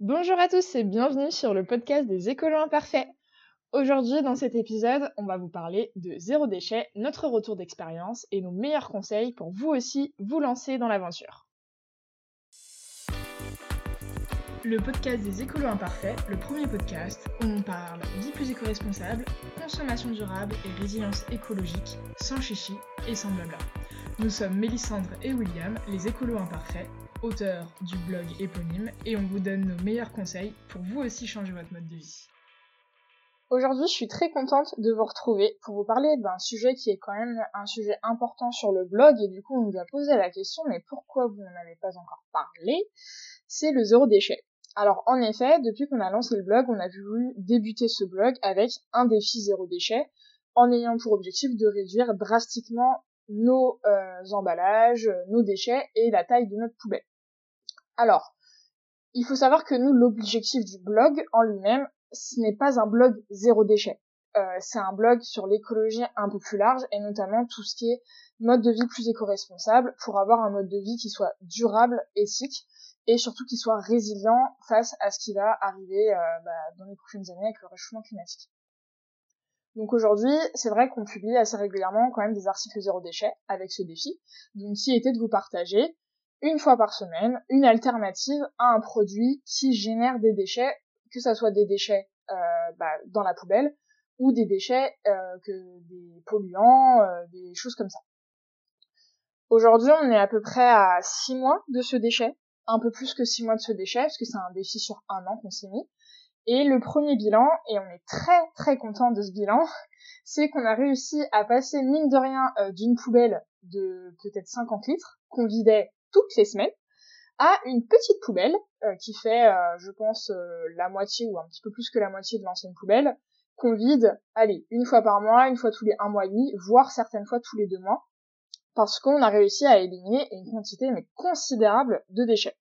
Bonjour à tous et bienvenue sur le podcast des écolos imparfaits. Aujourd'hui, dans cet épisode, on va vous parler de zéro déchet, notre retour d'expérience et nos meilleurs conseils pour vous aussi vous lancer dans l'aventure. Le podcast des écolos imparfaits, le premier podcast où on parle vie plus éco-responsable, consommation durable et résilience écologique, sans chichi et sans blabla. Nous sommes Mélissandre et William, les écolos imparfaits, auteurs du blog éponyme, et on vous donne nos meilleurs conseils pour vous aussi changer votre mode de vie. Aujourd'hui, je suis très contente de vous retrouver pour vous parler d'un sujet qui est quand même un sujet important sur le blog, et du coup on nous a posé la question, mais pourquoi vous n'en avez pas encore parlé ? C'est le zéro déchet. Alors en effet, depuis qu'on a lancé le blog, on a voulu débuter ce blog avec un défi zéro déchet, en ayant pour objectif de réduire drastiquement nos emballages, nos déchets et la taille de notre poubelle. Alors, il faut savoir que nous, l'objectif du blog en lui-même, ce n'est pas un blog zéro déchet. C'est un blog sur l'écologie un peu plus large, et notamment tout ce qui est mode de vie plus éco-responsable, pour avoir un mode de vie qui soit durable, éthique, et surtout qui soit résilient face à ce qui va arriver dans les prochaines années avec le réchauffement climatique. Donc aujourd'hui, c'est vrai qu'on publie assez régulièrement quand même des articles zéro déchet avec ce défi. Donc qui était de vous partager une fois par semaine une alternative à un produit qui génère des déchets, que ça soit des déchets dans la poubelle ou des déchets des polluants, des choses comme ça. Aujourd'hui, on est à peu près à 6 mois de ce déchet, un peu plus que 6 mois de ce déchet, parce que c'est un défi sur 1 an qu'on s'est mis. Et le premier bilan, et on est très très content de ce bilan, c'est qu'on a réussi à passer mine de rien d'une poubelle de peut-être 50 litres, qu'on vidait toutes les semaines, à une petite poubelle qui fait, je pense, la moitié ou un petit peu plus que la moitié de l'ancienne poubelle, qu'on vide, allez, une fois par mois, une fois tous les 1 mois et demi, voire certaines fois tous les 2 mois, parce qu'on a réussi à éliminer une quantité mais considérable de déchets.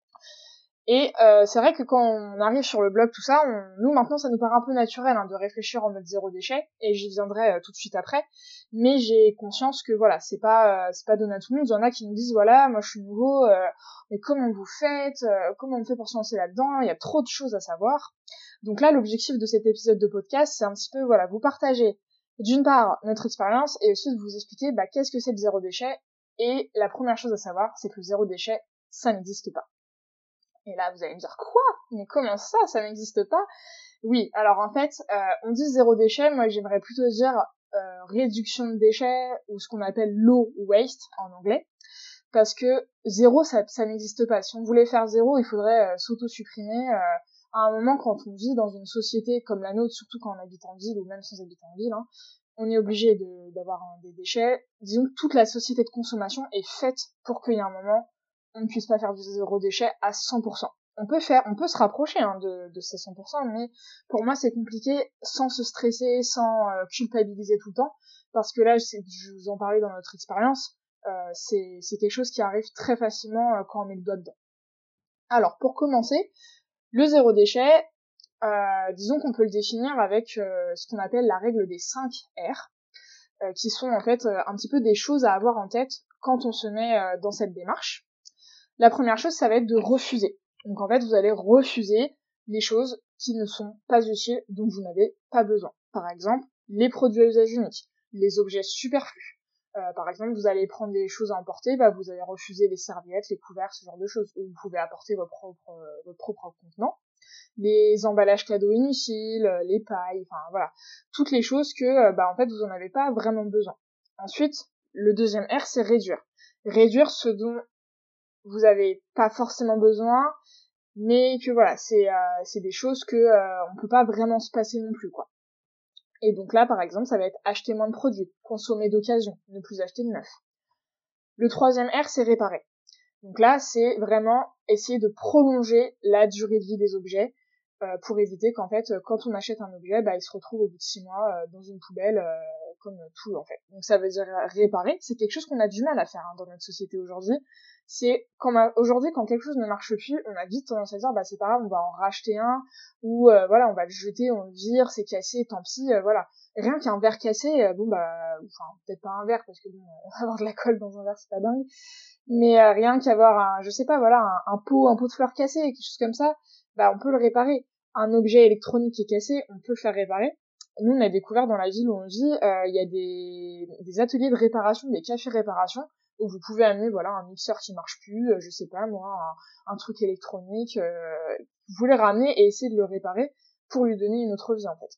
Et c'est vrai que quand on arrive sur le blog, tout ça, nous maintenant ça nous paraît un peu naturel de réfléchir en mode zéro déchet, et j'y viendrai tout de suite après, mais j'ai conscience que voilà, c'est pas donné à tout le monde. Il y en a qui nous disent voilà, moi je suis nouveau, mais comment vous faites, comment on fait pour se lancer là-dedans, il y a trop de choses à savoir. Donc là, l'objectif de cet épisode de podcast, c'est un petit peu voilà, vous partager d'une part notre expérience, et aussi de vous expliquer qu'est-ce que c'est le zéro déchet. Et la première chose à savoir, c'est que le zéro déchet, ça n'existe pas. Et là, vous allez me dire, quoi ? Mais comment ça n'existe pas ? Oui, alors en fait, on dit zéro déchet, moi j'aimerais plutôt dire réduction de déchets, ou ce qu'on appelle low waste en anglais, parce que zéro, ça n'existe pas. Si on voulait faire zéro, il faudrait s'auto-supprimer. À un moment, quand on vit dans une société comme la nôtre, surtout quand on habite en ville, ou même sans habiter en ville, on est obligé d'avoir des déchets. Disons que toute la société de consommation est faite pour qu'il y ait un moment on ne puisse pas faire du zéro déchet à 100%. On peut se rapprocher de ces 100%, mais pour moi c'est compliqué sans se stresser, sans culpabiliser tout le temps, parce que là, je vous en parlais dans notre expérience, c'est quelque chose qui arrive très facilement quand on met le doigt dedans. Alors pour commencer, le zéro déchet, disons qu'on peut le définir avec ce qu'on appelle la règle des 5 R, qui sont en fait un petit peu des choses à avoir en tête quand on se met dans cette démarche. La première chose, ça va être de refuser. Donc en fait, vous allez refuser les choses qui ne sont pas utiles, dont vous n'avez pas besoin. Par exemple, les produits à usage unique, les objets superflus. Par exemple, vous allez prendre des choses à emporter, vous allez refuser les serviettes, les couverts, ce genre de choses. Ou vous pouvez apporter votre propre contenant. Les emballages cadeaux inutiles, les pailles, enfin voilà. Toutes les choses que, en fait, vous en avez pas vraiment besoin. Ensuite, le deuxième R, c'est réduire. Réduire ce dont vous avez pas forcément besoin, mais que voilà, c'est des choses que on peut pas vraiment se passer non plus, quoi. Et donc là, par exemple, ça va être acheter moins de produits, consommer d'occasion, ne plus acheter de neuf. Le troisième R, c'est réparer. Donc là, c'est vraiment essayer de prolonger la durée de vie des objets, pour éviter qu'en fait, quand on achète un objet, il se retrouve au bout de 6 mois dans une poubelle, comme tout en fait. Donc ça veut dire réparer, c'est quelque chose qu'on a du mal à faire dans notre société aujourd'hui. C'est aujourd'hui, quand quelque chose ne marche plus, on a vite tendance à dire c'est pas grave, on va en racheter un, ou voilà, on va le jeter, on le vire, c'est cassé, tant pis, voilà. Rien qu'un verre cassé, enfin peut-être pas un verre, parce que avoir de la colle dans un verre c'est pas dingue, mais rien qu'avoir un pot de fleurs cassé, quelque chose comme ça, on peut le réparer. Un objet électronique qui est cassé, on peut le faire réparer. Nous, on a découvert dans la ville où on vit, il y a des ateliers de réparation, des cafés réparation, où vous pouvez amener, un mixeur qui marche plus, je sais pas moi, un truc électronique, vous pouvez le ramener et essayer de le réparer pour lui donner une autre vie, en fait.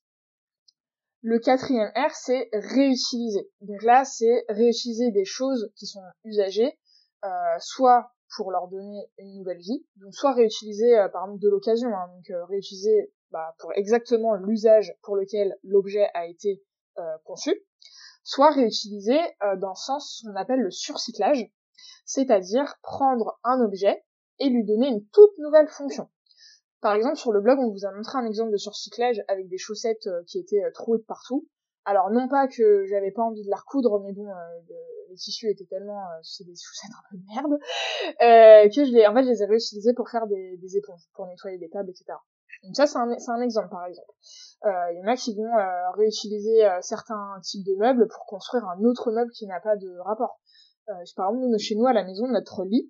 Le 4e R, c'est réutiliser. Donc là, c'est réutiliser des choses qui sont usagées, soit pour leur donner une nouvelle vie, donc soit réutiliser par exemple de l'occasion, donc réutiliser pour exactement l'usage pour lequel l'objet a été conçu, soit réutiliser dans le sens qu'on appelle le surcyclage, c'est-à-dire prendre un objet et lui donner une toute nouvelle fonction. Par exemple, sur le blog, on vous a montré un exemple de surcyclage avec des chaussettes qui étaient trouées de partout. Alors, non pas que j'avais pas envie de la recoudre, mais bon, les tissus étaient tellement... c'est des chaussettes un peu de merde, que je les ai réutilisées pour faire des éponges, pour nettoyer des tables, etc. Donc ça, c'est un exemple, par exemple. Il y en a qui vont réutiliser certains types de meubles pour construire un autre meuble qui n'a pas de rapport. Par exemple, chez nous, à la maison, notre lit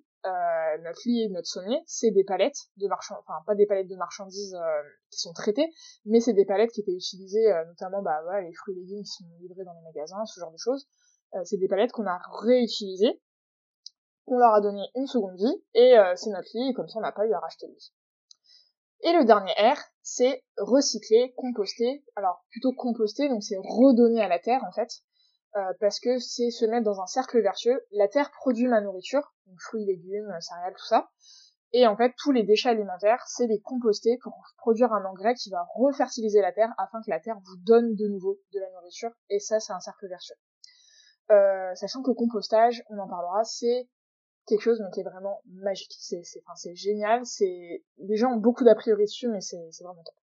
et notre sommier, c'est des palettes de marchandises, enfin pas des palettes de marchandises qui sont traitées, mais c'est des palettes qui étaient utilisées, notamment les fruits et légumes qui sont livrés dans les magasins, ce genre de choses. C'est des palettes qu'on a réutilisées, qu'on leur a donné une seconde vie, et c'est notre lit, et comme ça on n'a pas eu à racheter le lit. Et le dernier R, c'est recycler, composter. Alors plutôt composter, donc c'est redonner à la terre en fait, parce que c'est se mettre dans un cercle vertueux. La terre produit ma nourriture, donc fruits, légumes, céréales, tout ça. Et en fait, tous les déchets alimentaires, c'est les composter pour produire un engrais qui va refertiliser la terre afin que la terre vous donne de nouveau de la nourriture. Et ça, c'est un cercle vertueux. Sachant que le compostage, on en parlera, c'est quelque chose qui est vraiment magique. C'est génial. Les gens ont beaucoup d'a priori dessus, mais c'est vraiment top.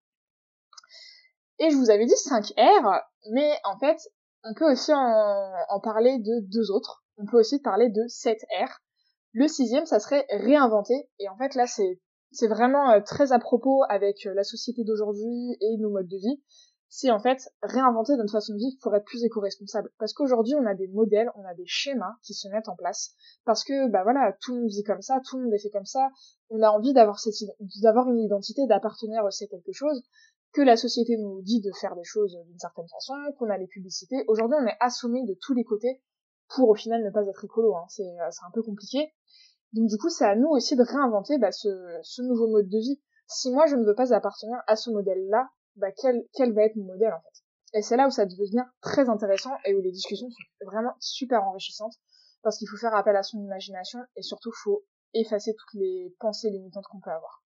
Et je vous avais dit 5 R, mais en fait, on peut aussi en parler de 2 autres. On peut aussi parler de 7 R. Le 6e, ça serait réinventer. Et en fait, là, c'est vraiment très à propos avec la société d'aujourd'hui et nos modes de vie. C'est en fait réinventer notre façon de vivre pour être plus éco-responsable. Parce qu'aujourd'hui, on a des modèles, on a des schémas qui se mettent en place. Parce que, tout le monde vit comme ça, tout le monde est fait comme ça. On a envie d'avoir une identité, d'appartenir aussi à quelque chose, que la société nous dit de faire des choses d'une certaine façon, qu'on a les publicités. Aujourd'hui, on est assommé de tous les côtés pour au final ne pas être écolo. C'est un peu compliqué. Donc du coup, c'est à nous aussi de réinventer ce nouveau mode de vie. Si moi, je ne veux pas appartenir à ce modèle-là, quel va être mon modèle, en fait? Et c'est là où ça devient très intéressant et où les discussions sont vraiment super enrichissantes, parce qu'il faut faire appel à son imagination et surtout, faut effacer toutes les pensées limitantes qu'on peut avoir.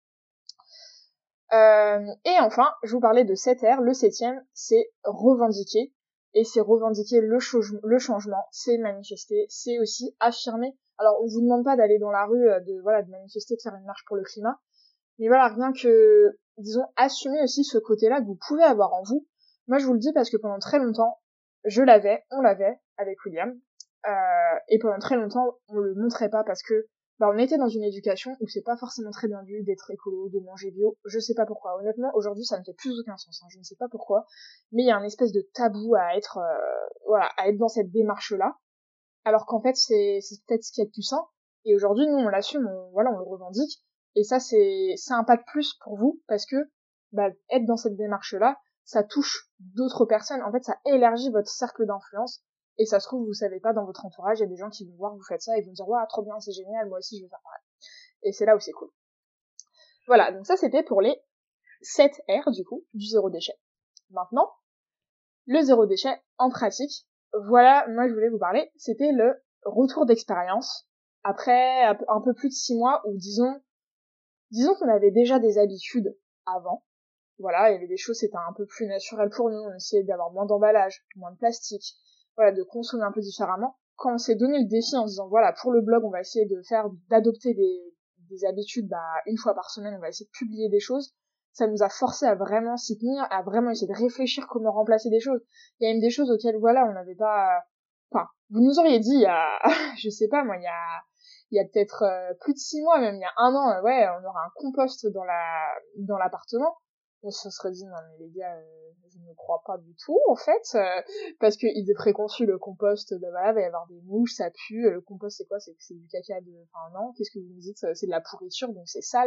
Et enfin, je vous parlais de 7 R. Le 7e, c'est revendiquer. Et c'est revendiquer le changement, c'est manifester, c'est aussi affirmer. Alors, on vous demande pas d'aller dans la rue, de manifester, de faire une marche pour le climat. Mais voilà, rien que, disons, assumer aussi ce côté-là que vous pouvez avoir en vous. Moi, je vous le dis parce que pendant très longtemps, on l'avait avec William. Et pendant très longtemps, on le montrait pas parce que on était dans une éducation où c'est pas forcément très bien vu d'être écolo, de manger bio, je sais pas pourquoi. Honnêtement, aujourd'hui, ça ne fait plus aucun sens, je ne sais pas pourquoi, mais il y a un espèce de tabou à être dans cette démarche-là, alors qu'en fait, c'est peut-être ce qui est le plus sain, et aujourd'hui, nous, on l'assume, on le revendique, et ça, c'est un pas de plus pour vous, parce que, être dans cette démarche-là, ça touche d'autres personnes, en fait, ça élargit votre cercle d'influence, et ça se trouve, vous savez pas, dans votre entourage, il y a des gens qui vont voir que vous faites ça et vont dire, waouh, trop bien, c'est génial, moi aussi je vais faire pareil. Et c'est là où c'est cool. Voilà, donc ça c'était pour les 7 R, du coup, du zéro déchet. Maintenant, le zéro déchet en pratique, voilà, moi je voulais vous parler, c'était le retour d'expérience, après un peu plus de 6 mois, où disons qu'on avait déjà des habitudes avant. Voilà, il y avait des choses, c'était un peu plus naturel pour nous, on essayait d'avoir moins d'emballage, moins de plastique, de consommer un peu différemment. Quand on s'est donné le défi en se disant, pour le blog, on va essayer d'adopter des habitudes, une fois par semaine, on va essayer de publier des choses, ça nous a forcé à vraiment s'y tenir, à vraiment essayer de réfléchir comment remplacer des choses. Il y a même des choses auxquelles, on n'avait pas... Enfin, vous nous auriez dit, il y a... je sais pas, moi, il y a peut-être plus de 6 mois, même il y a 1 an, on aura un compost dans l'appartement. On se serait dit, non mais les gars, je ne crois pas du tout, en fait, parce que idée préconçue, le compost, il va y avoir des mouches, ça pue, le compost c'est quoi? C'est du caca enfin non, qu'est-ce que vous me dites? C'est de la pourriture, donc c'est sale.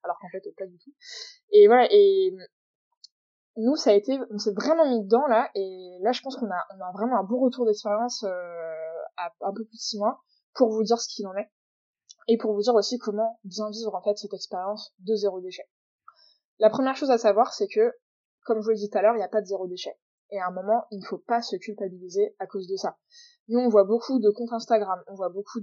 alors qu'en fait pas du tout. Et voilà, et nous on s'est vraiment mis dedans là, et là je pense qu'on a vraiment un bon retour d'expérience à un peu plus de 6 mois pour vous dire ce qu'il en est et pour vous dire aussi comment bien vivre en fait cette expérience de zéro déchet. La première chose à savoir, c'est que, comme je vous l'ai dit tout à l'heure, il n'y a pas de zéro déchet. Et à un moment, il ne faut pas se culpabiliser à cause de ça. Nous, on voit beaucoup de comptes Instagram, on voit beaucoup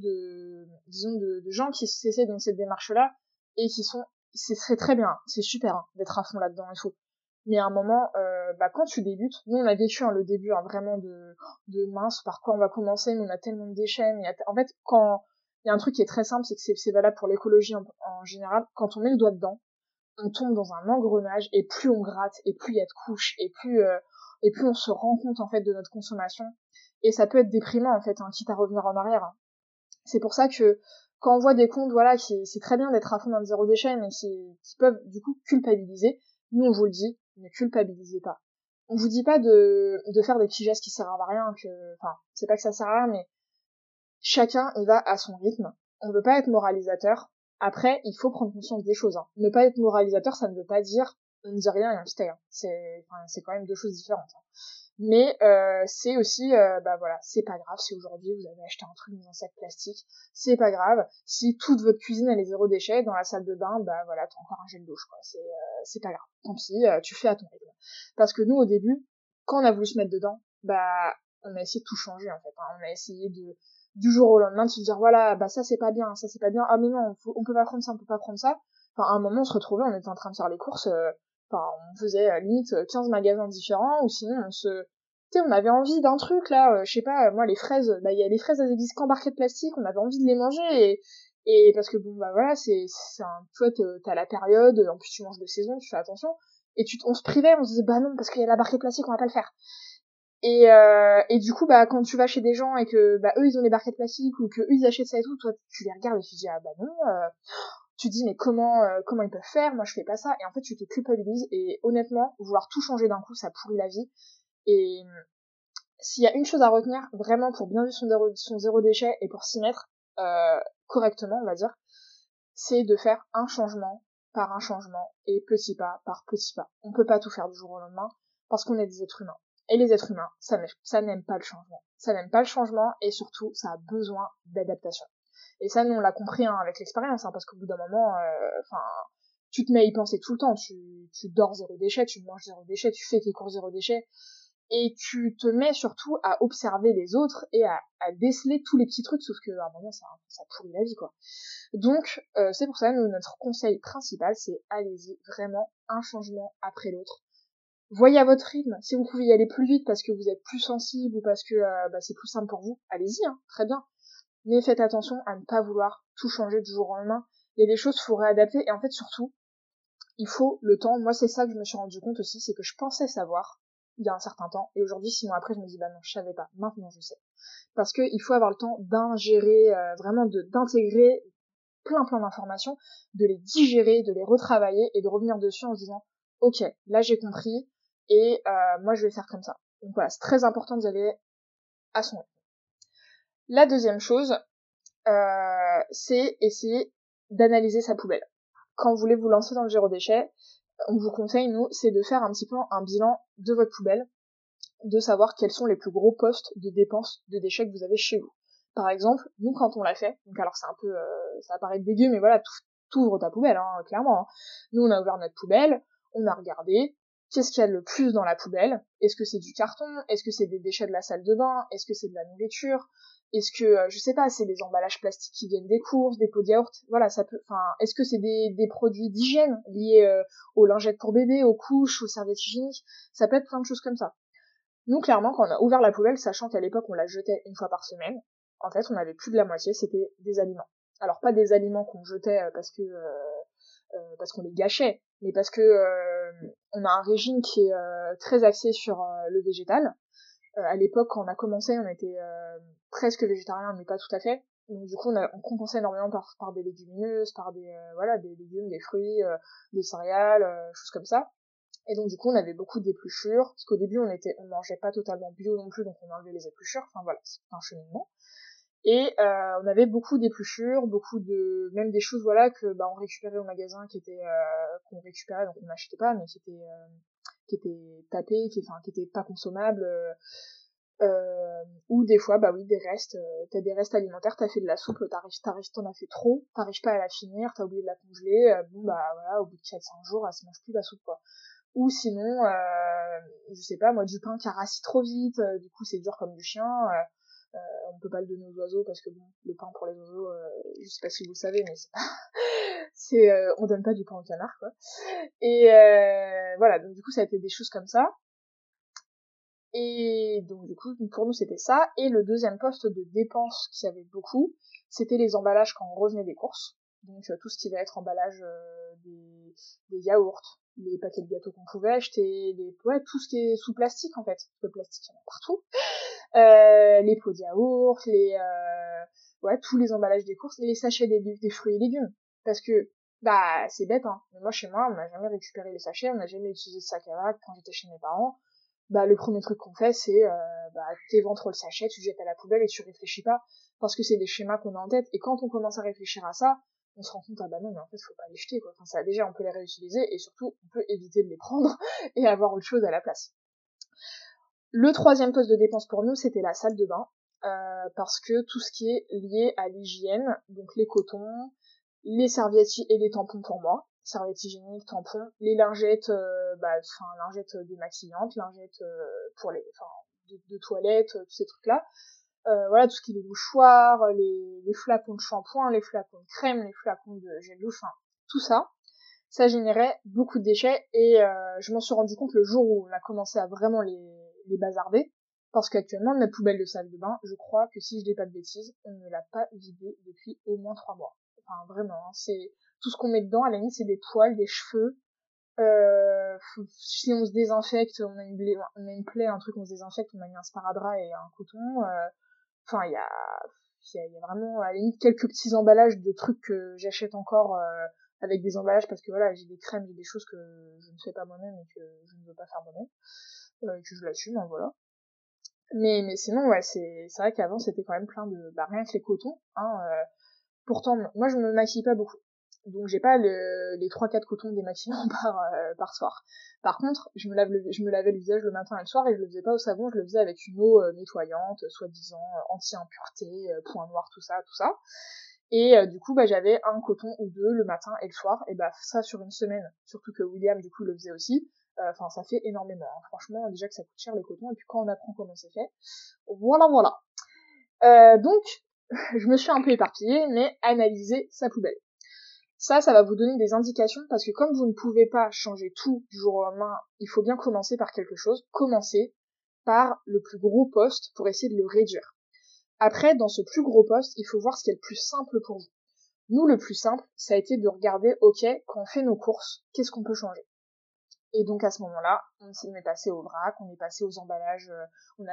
de gens qui s'essaient dans cette démarche-là, et c'est très bien, c'est super hein, d'être à fond là-dedans et tout. Mais à un moment, quand tu débutes, nous on a vécu le début vraiment de mince, par quoi on va commencer, mais on a tellement de déchets, en fait, quand il y a un truc qui est très simple, c'est que c'est valable pour l'écologie en général, quand on met le doigt dedans, on tombe dans un engrenage, et plus on gratte, et plus il y a de couches, et plus on se rend compte en fait de notre consommation, et ça peut être déprimant en fait, quitte à revenir en arrière. C'est pour ça que quand on voit des comptes, voilà, c'est très bien d'être à fond dans le zéro déchet, mais qui peuvent du coup culpabiliser. Nous on vous le dit, ne culpabilisez pas. On vous dit pas de faire des petits gestes qui servent à rien, enfin, c'est pas que ça sert à rien, mais chacun y va à son rythme. On veut pas être moralisateur. Après, il faut prendre conscience des choses. Ne pas être moralisateur, ça ne veut pas dire on ne dit rien et on se tait. C'est quand même deux choses différentes. Mais c'est aussi, voilà, c'est pas grave si aujourd'hui vous avez acheté un truc dans un sac plastique. C'est pas grave si toute votre cuisine elle est zéro déchet, dans la salle de bain, voilà, t'as encore un gel douche, quoi. C'est pas grave. Tant pis, tu fais à ton rythme. Parce que nous, au début, quand on a voulu se mettre dedans, on a essayé de tout changer en fait. On a essayé du jour au lendemain de se dire voilà, ça c'est pas bien, ah mais non, on peut pas prendre ça, on peut pas prendre ça. Enfin, à un moment on se retrouvait, on était en train de faire les courses, on faisait limite 15 magasins différents, ou sinon on avait envie d'un truc là, je sais pas, moi les fraises, il y a les fraises, elles existent qu'en barquette plastique, on avait envie de les manger, et parce que voilà, t'as la période, en plus tu manges de saison, tu fais attention, et on se privait, on se disait non, parce qu'il y a la barquette plastique, on va pas le faire. Et du coup, quand tu vas chez des gens et que eux ils ont des barquettes plastiques, ou que eux ils achètent ça et tout, toi tu les regardes et tu te dis non, tu te dis mais comment ils peuvent faire, moi je fais pas ça, et en fait tu te culpabilises, et honnêtement vouloir tout changer d'un coup ça pourrit la vie. Et s'il y a une chose à retenir vraiment pour bien vivre son zéro déchet et pour s'y mettre correctement, on va dire, c'est de faire un changement par un changement et petit pas par petit pas. On peut pas tout faire du jour au lendemain parce qu'on est des êtres humains. Et les êtres humains, ça n'aime pas le changement. Ça n'aime pas le changement, et surtout, ça a besoin d'adaptation. Et ça, nous, on l'a compris avec l'expérience, parce qu'au bout d'un moment, tu te mets à y penser tout le temps. Tu dors zéro déchet, tu manges zéro déchet, tu fais tes courses zéro déchet, et tu te mets surtout à observer les autres et à déceler tous les petits trucs, sauf qu'à un moment, ça pourrit la vie, quoi. Donc, c'est pour ça, notre conseil principal, c'est allez-y, vraiment, un changement après l'autre. Voyez à votre rythme. Si vous pouvez y aller plus vite parce que vous êtes plus sensible, ou parce que c'est plus simple pour vous, allez-y, très bien. Mais faites attention à ne pas vouloir tout changer du jour au lendemain. Il y a des choses qu'il faut réadapter, et en fait, surtout, il faut le temps. Moi, c'est ça que je me suis rendu compte aussi, c'est que je pensais savoir il y a un certain temps, et aujourd'hui, 6 mois après, je me dis non, je savais pas. Maintenant, je sais. Parce que il faut avoir le temps d'ingérer, vraiment d'intégrer plein d'informations, de les digérer, de les retravailler, et de revenir dessus en se disant ok, là j'ai compris, et moi je vais faire comme ça. Donc voilà, c'est très important d'y aller à son rythme. La deuxième chose, c'est essayer d'analyser sa poubelle. Quand vous voulez vous lancer dans le zéro déchet, on vous conseille, nous, c'est de faire un petit peu un bilan de votre poubelle, de savoir quels sont les plus gros postes de dépenses de déchets que vous avez chez vous. Par exemple, nous, quand on l'a fait, donc alors c'est un peu, ça va paraître dégueu, mais voilà, t'ouvres ta poubelle, clairement. Nous, on a ouvert notre poubelle, on a regardé, qu'est-ce qu'il y a le plus dans la poubelle? Est-ce que c'est du carton? Est-ce que c'est des déchets de la salle de bain? Est-ce que c'est de la nourriture? Est-ce que, je sais pas, c'est des emballages plastiques qui viennent des courses, des pots de yaourt? Voilà, est-ce que c'est des produits d'hygiène liés aux lingettes pour bébé, aux couches, aux serviettes hygiéniques? Ça peut être plein de choses comme ça. Nous, clairement, quand on a ouvert la poubelle, sachant qu'à l'époque, on la jetait une fois par semaine, en fait, on avait plus de la moitié, c'était des aliments. Alors, pas des aliments qu'on jetait parce qu'on les gâchait, mais parce que on a un régime qui est très axé sur le végétal. À l'époque, quand on a commencé, on était presque végétarien, mais pas tout à fait. Donc du coup, on compensait énormément par des légumineuses, par des légumes, des fruits, des céréales, choses comme ça. Et donc du coup, on avait beaucoup d'épluchures, parce qu'au début, on mangeait pas totalement bio non plus, donc on enlevait les épluchures. Enfin voilà, c'est un cheminement. Et on avait beaucoup d'épluchures, même des choses voilà que on récupérait au magasin qu'on récupérait, donc on n'achetait pas, mais qui étaient tapées, qui étaient pas consommables, ou des fois oui, des restes, t'as des restes alimentaires, t'as fait de la soupe, t'en as fait trop, t'arrives pas à la finir, t'as oublié de la congeler, voilà, au bout de 4-5 jours elle se mange plus la soupe quoi. Ou sinon je sais pas moi, du pain qui a rassis trop vite, du coup c'est dur comme du chien, on peut pas le donner aux oiseaux parce que bon, le pain pour les oiseaux, je sais pas si vous le savez, mais on donne pas du pain au canard quoi. Et voilà, donc du coup ça a été des choses comme ça. Et donc du coup pour nous c'était ça. Et le deuxième poste de dépense qu'il y avait beaucoup, c'était les emballages quand on revenait des courses. Donc tout ce qui va être emballage des yaourts, les paquets de gâteaux qu'on pouvait acheter, tout ce qui est sous plastique en fait. Le plastique il y en a partout. Les pots de yaourt, tous les emballages des courses et les sachets des fruits et légumes. Parce que c'est bête hein, mais moi chez moi on n'a jamais récupéré les sachets, on n'a jamais utilisé de sac à vrac quand j'étais chez mes parents. Le premier truc qu'on fait c'est t'éventres le sachet, tu le jettes à la poubelle et tu réfléchis pas, parce que c'est des schémas qu'on a en tête, et quand on commence à réfléchir à ça, on se rend compte non mais en fait faut pas les jeter quoi. Enfin ça déjà on peut les réutiliser et surtout on peut éviter de les prendre et avoir autre chose à la place. Le troisième poste de dépense pour nous, c'était la salle de bain, parce que tout ce qui est lié à l'hygiène, donc les cotons, les serviettes et les tampons pour moi, serviettes hygiéniques, tampons, les lingettes, lingettes démaquillantes, lingettes de toilette, tous ces trucs-là. Voilà, tout ce qui est les mouchoirs, les flacons de shampoing, les flacons de crème, les flacons de gel douche, tout ça. Ça générait beaucoup de déchets et je m'en suis rendu compte le jour où on a commencé à vraiment les bazarder, parce qu'actuellement notre poubelle de salle de bain, je crois que si je dis pas de bêtises, on ne l'a pas vidée depuis au moins 3 mois. Enfin vraiment, hein, c'est tout ce qu'on met dedans, à la limite c'est des poils, des cheveux. Si on se désinfecte, on a une plaie, un truc, on se désinfecte, on a mis un sparadrap et un coton. Enfin il y a vraiment à la limite quelques petits emballages de trucs que j'achète encore avec des emballages, parce que voilà, j'ai des crèmes, j'ai des choses que je ne fais pas moi-même et que je ne veux pas faire moi-même, et que je l'assume, hein, voilà. Mais sinon ouais, c'est vrai qu'avant c'était quand même plein de rien que les cotons, hein. Pourtant moi je me maquille pas beaucoup, donc j'ai pas les 3-4 cotons démaquillants par soir. Par contre je me lavais le visage le matin et le soir, et je le faisais pas au savon, je le faisais avec une eau nettoyante, soi-disant anti-impureté, point noir, tout ça. Et du coup j'avais un coton ou deux le matin et le soir, et ça sur une semaine, surtout que William du coup le faisait aussi, ça fait énormément, hein. Franchement déjà que ça coûte cher les cotons, et puis quand on apprend comment c'est fait, voilà. Donc je me suis un peu éparpillée, mais analyser sa poubelle, ça va vous donner des indications, parce que comme vous ne pouvez pas changer tout du jour au lendemain, il faut bien commencer par quelque chose. Commencez par le plus gros poste pour essayer de le réduire. Après, dans ce plus gros poste, il faut voir ce qui est le plus simple pour vous. Nous, le plus simple, ça a été de regarder, ok, quand on fait nos courses, qu'est-ce qu'on peut changer? Et donc à ce moment-là, on est passé au vrac, on est passé aux emballages, on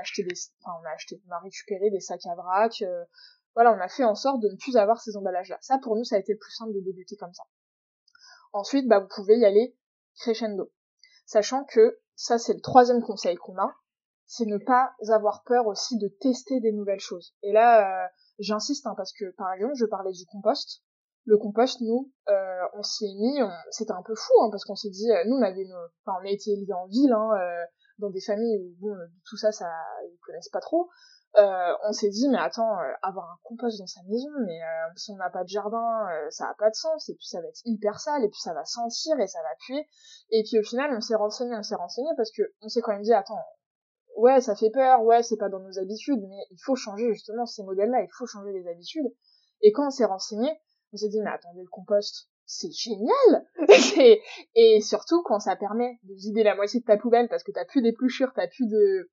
a récupéré des sacs à vrac, voilà, on a fait en sorte de ne plus avoir ces emballages-là. Ça, pour nous, ça a été le plus simple de débuter comme ça. Ensuite, vous pouvez y aller crescendo. Sachant que, ça c'est le troisième conseil qu'on a, c'est ne pas avoir peur aussi de tester des nouvelles choses. Et là, j'insiste, hein, parce que par exemple, je parlais du compost. Le compost, nous, on s'y est mis, c'était un peu fou, hein, parce qu'on s'est dit, nous on a été élevés en ville, hein, dans des familles où tout ça, ils connaissent pas trop. On s'est dit mais attends, avoir un compost dans sa maison, mais si on n'a pas de jardin, ça a pas de sens, et puis ça va être hyper sale, et puis ça va sentir et ça va puer. Et puis au final on s'est renseigné, parce que on s'est quand même dit attends, ouais ça fait peur, ouais c'est pas dans nos habitudes, mais il faut changer justement ces modèles-là, il faut changer les habitudes. Et quand on s'est renseigné, on s'est dit mais attendez, le compost c'est génial. Et surtout quand ça permet de vider la moitié de ta poubelle, parce que t'as plus d'épluchures, t'as plus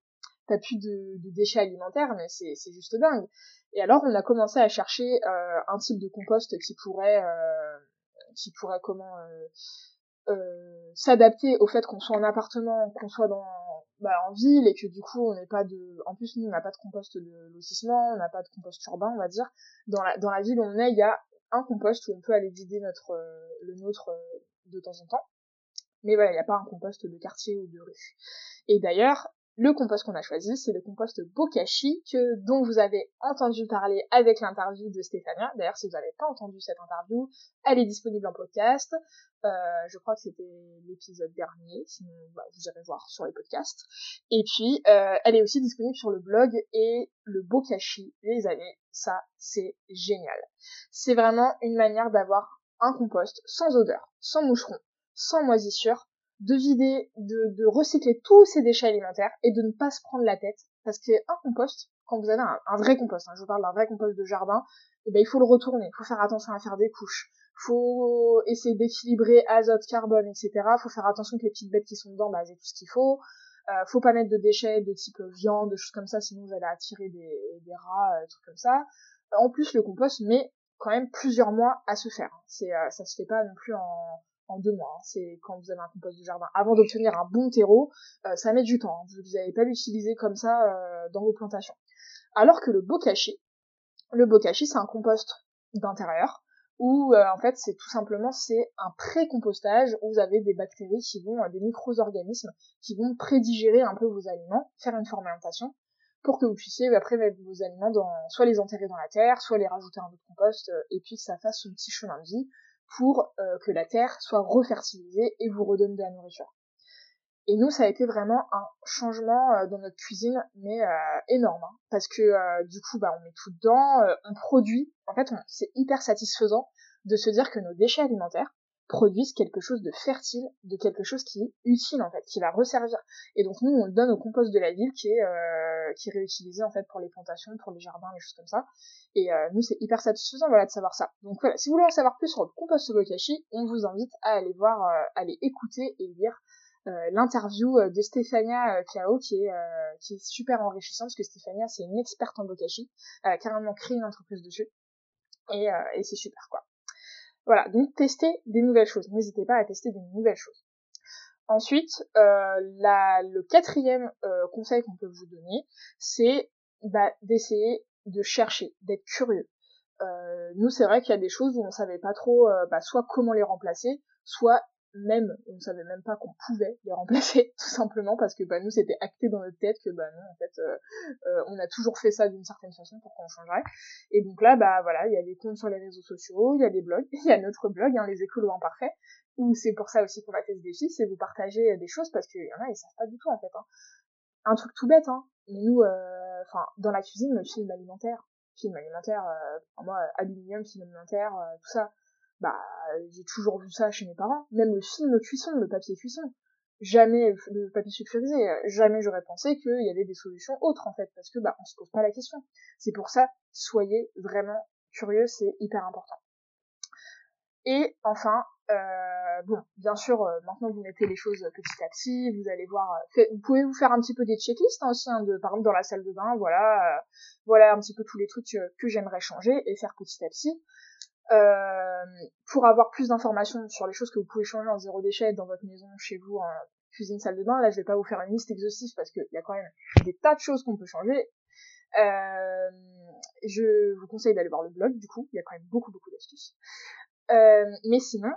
de déchets alimentaires, mais c'est juste dingue. Et alors on a commencé à chercher un type de compost qui pourrait s'adapter au fait qu'on soit en appartement, qu'on soit en ville, et que du coup on n'ait pas en plus nous on n'a pas de compost de lotissement, on n'a pas de compost urbain, on va dire. Dans la ville où on est, il y a un compost où on peut aller vider le nôtre de temps en temps, mais voilà, il n'y a pas un compost de quartier ou de rue. Et d'ailleurs Le compost qu'on a choisi, c'est le compost Bokashi, dont vous avez entendu parler avec l'interview de Stéphania. D'ailleurs, si vous n'avez pas entendu cette interview, elle est disponible en podcast. Je crois que c'était l'épisode dernier, sinon vous irez voir sur les podcasts. Et puis, elle est aussi disponible sur le blog, et le Bokashi, les amis, ça, c'est génial. C'est vraiment une manière d'avoir un compost sans odeur, sans moucheron, sans moisissure, de vider, de recycler tous ces déchets alimentaires et de ne pas se prendre la tête. Parce qu'un compost, quand vous avez un vrai compost, je vous parle d'un vrai compost de jardin, il faut le retourner, il faut faire attention à faire des couches, faut essayer d'équilibrer azote, carbone, etc. Faut faire attention que les petites bêtes qui sont dedans, aient tout ce qu'il faut. Faut pas mettre de déchets de type viande, de choses comme ça, sinon vous allez attirer des rats, des trucs comme ça. En plus, le compost met quand même plusieurs mois à se faire. Ça se fait pas non plus en 2 mois. C'est quand vous avez un compost de jardin. Avant d'obtenir un bon terreau, ça met du temps. Vous n'allez pas l'utiliser comme ça dans vos plantations. Alors que le bokashi, c'est un compost d'intérieur où en fait c'est tout simplement c'est un pré-compostage où vous avez des bactéries qui vont, des micro-organismes qui vont prédigérer un peu vos aliments, faire une fermentation pour que vous puissiez après mettre vos aliments soit les enterrer dans la terre, soit les rajouter à votre compost et puis que ça fasse son petit chemin de vie pour que la terre soit refertilisée et vous redonne de la nourriture. Et nous, ça a été vraiment un changement dans notre cuisine, mais énorme, parce que du coup, on met tout dedans, on produit. En fait, c'est hyper satisfaisant de se dire que nos déchets alimentaires produisent quelque chose de fertile, de quelque chose qui est utile en fait, qui va resservir. Et donc nous, on le donne au compost de la ville qui est réutilisé en fait pour les plantations, pour les jardins, les choses comme ça. Et nous, c'est hyper satisfaisant de savoir ça. Donc voilà, si vous voulez en savoir plus sur le compost Bokashi, on vous invite à aller voir, aller écouter et lire l'interview de Stéphania Cao qui est super enrichissante parce que Stéphania c'est une experte en bokashi, elle a carrément créé une entreprise dessus et c'est super quoi. Voilà, donc testez des nouvelles choses, n'hésitez pas à tester des nouvelles choses. Ensuite, le 4e conseil qu'on peut vous donner, c'est d'essayer de chercher, d'être curieux. Nous c'est vrai qu'il y a des choses où on savait pas trop soit comment les remplacer, soit même on savait même pas qu'on pouvait les remplacer tout simplement parce que nous c'était acté dans notre tête que non en fait on a toujours fait ça d'une certaine façon, pourquoi on changerait. Et donc là voilà, il y a des comptes sur les réseaux sociaux, il y a des blogs, il y a notre blog les écolos imparfaits où c'est pour ça aussi qu'on a fait ce défi, c'est vous partager des choses parce qu'il y en a ils savent pas du tout en fait un truc tout bête mais nous dans la cuisine le film alimentaire moi aluminium, film alimentaire, tout ça j'ai toujours vu ça chez mes parents, même le film cuisson, le papier cuisson, jamais le papier sulfurisé, jamais j'aurais pensé qu'il y avait des solutions autres en fait, parce que on se pose pas la question. C'est pour ça, soyez vraiment curieux, c'est hyper important. Et enfin, bien sûr, maintenant vous mettez les choses petit à petit, vous allez voir, vous pouvez vous faire un petit peu des checklists aussi, par exemple dans la salle de bain, voilà un petit peu tous les trucs que j'aimerais changer et faire petit à petit. Pour avoir plus d'informations sur les choses que vous pouvez changer en 0 déchet dans votre maison, chez vous, en cuisine, salle de bain, là je vais pas vous faire une liste exhaustive parce qu'il y a quand même des tas de choses qu'on peut changer. Je vous conseille d'aller voir le blog, du coup, il y a quand même beaucoup d'astuces. Mais sinon,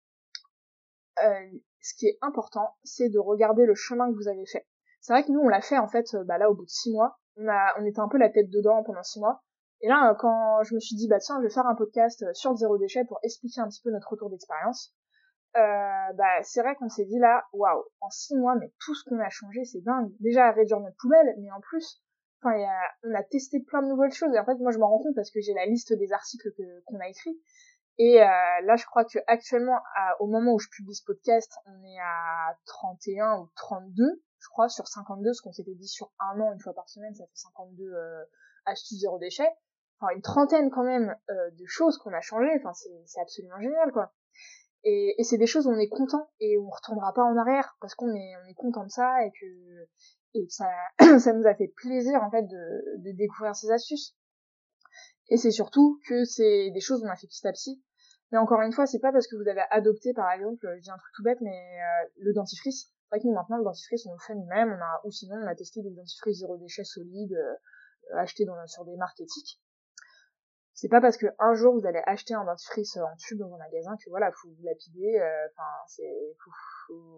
ce qui est important, c'est de regarder le chemin que vous avez fait. C'est vrai que nous, on l'a fait en fait, là au bout de 6 mois, on était un peu la tête dedans pendant 6 mois, et là, quand je me suis dit, tiens, je vais faire un podcast sur le 0 déchet pour expliquer un petit peu notre retour d'expérience, c'est vrai qu'on s'est dit là, waouh, en 6 mois, mais tout ce qu'on a changé, c'est dingue. Déjà, à réduire notre poubelle, mais en plus, on a testé plein de nouvelles choses, et en fait, moi, je m'en rends compte parce que j'ai la liste des articles qu'on a écrits, et là, je crois que actuellement, au moment où je publie ce podcast, on est à 31 ou 32, je crois, sur 52, ce qu'on s'était dit sur un an, une fois par semaine, ça fait 52 astuces 0 déchet. Enfin, une trentaine quand même de choses qu'on a changées, c'est absolument génial, quoi. Et c'est des choses où on est content, et on retournera pas en arrière, parce qu'on est content de ça, et que ça, ça nous a fait plaisir, en fait, de découvrir ces astuces. Et c'est surtout que c'est des choses qu'on a fait petit à petit. Mais encore une fois, c'est pas parce que vous avez adopté, par exemple, je dis un truc tout bête, mais le dentifrice. C'est vrai que nous, maintenant, le dentifrice, on le fait nous-mêmes, ou sinon, on a testé des dentifrices 0 déchet solides, achetés sur des marques éthiques. C'est pas parce que un jour vous allez acheter un dentifrice en tube dans un magasin que voilà, faut vous lapider, faut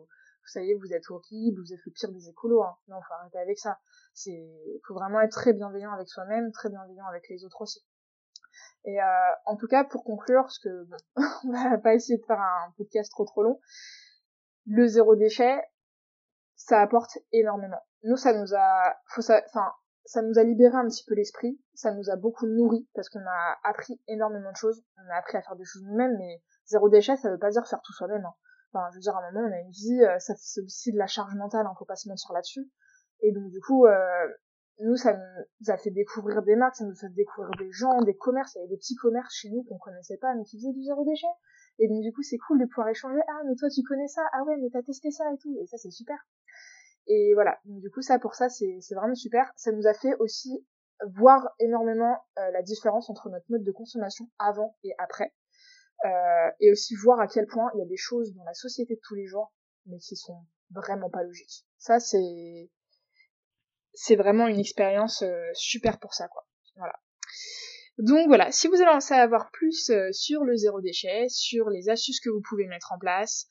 ça y est, vous êtes horrible, vous êtes le pire des écolos, hein. Non, faut arrêter avec ça. Faut vraiment être très bienveillant avec soi-même, très bienveillant avec les autres aussi. Et en tout cas, pour conclure, parce que bon, on va pas essayer de faire un podcast trop long, le zéro déchet, ça apporte énormément. Nous, ça nous a libéré un petit peu l'esprit, ça nous a beaucoup nourri, parce qu'on a appris énormément de choses, on a appris à faire des choses nous-mêmes, mais zéro déchet, ça veut pas dire faire tout soi-même, hein. Enfin, je veux dire, à un moment, on a une vie, c'est aussi de la charge mentale, hein, faut pas se mentir là-dessus. Et donc, du coup, nous, ça nous a fait découvrir des marques, ça nous a fait découvrir des gens, des commerces. Il y avait des petits commerces chez nous qu'on connaissait pas, mais qui faisaient du zéro déchet. Et donc, du coup, c'est cool de pouvoir échanger. Ah, mais toi, tu connais ça? Ah ouais, mais t'as testé ça et tout. Et ça, c'est super. Et voilà. Donc, du coup, pour ça, c'est vraiment super. Ça nous a fait aussi voir énormément la différence entre notre mode de consommation avant et après. Et aussi voir à quel point il y a des choses dans la société de tous les jours, mais qui sont vraiment pas logiques. Ça, c'est vraiment une expérience super pour ça, quoi. Voilà. Donc voilà, si vous allez en savoir plus sur le zéro déchet, sur les astuces que vous pouvez mettre en place,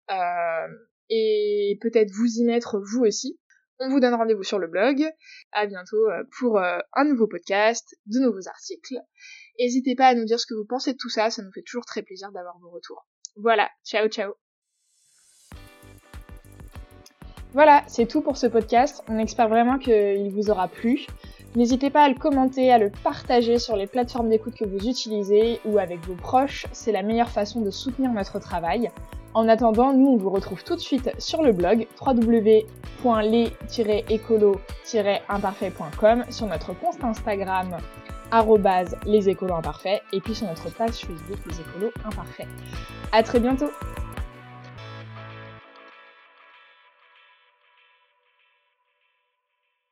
et peut-être vous y mettre vous aussi, on vous donne rendez-vous sur le blog. À bientôt pour un nouveau podcast, de nouveaux articles. N'hésitez pas à nous dire ce que vous pensez de tout ça, ça nous fait toujours très plaisir d'avoir vos retours. Voilà, ciao ciao. Voilà, c'est tout pour ce podcast. On espère vraiment qu'il vous aura plu. N'hésitez pas à le commenter, à le partager sur les plateformes d'écoute que vous utilisez ou avec vos proches. C'est la meilleure façon de soutenir notre travail. En attendant, nous, on vous retrouve tout de suite sur le blog www.les-écolo-imparfait.com, sur notre compte Instagram @lesécoloimparfaits et puis sur notre page Facebook Les Écolos Imparfaits. À très bientôt!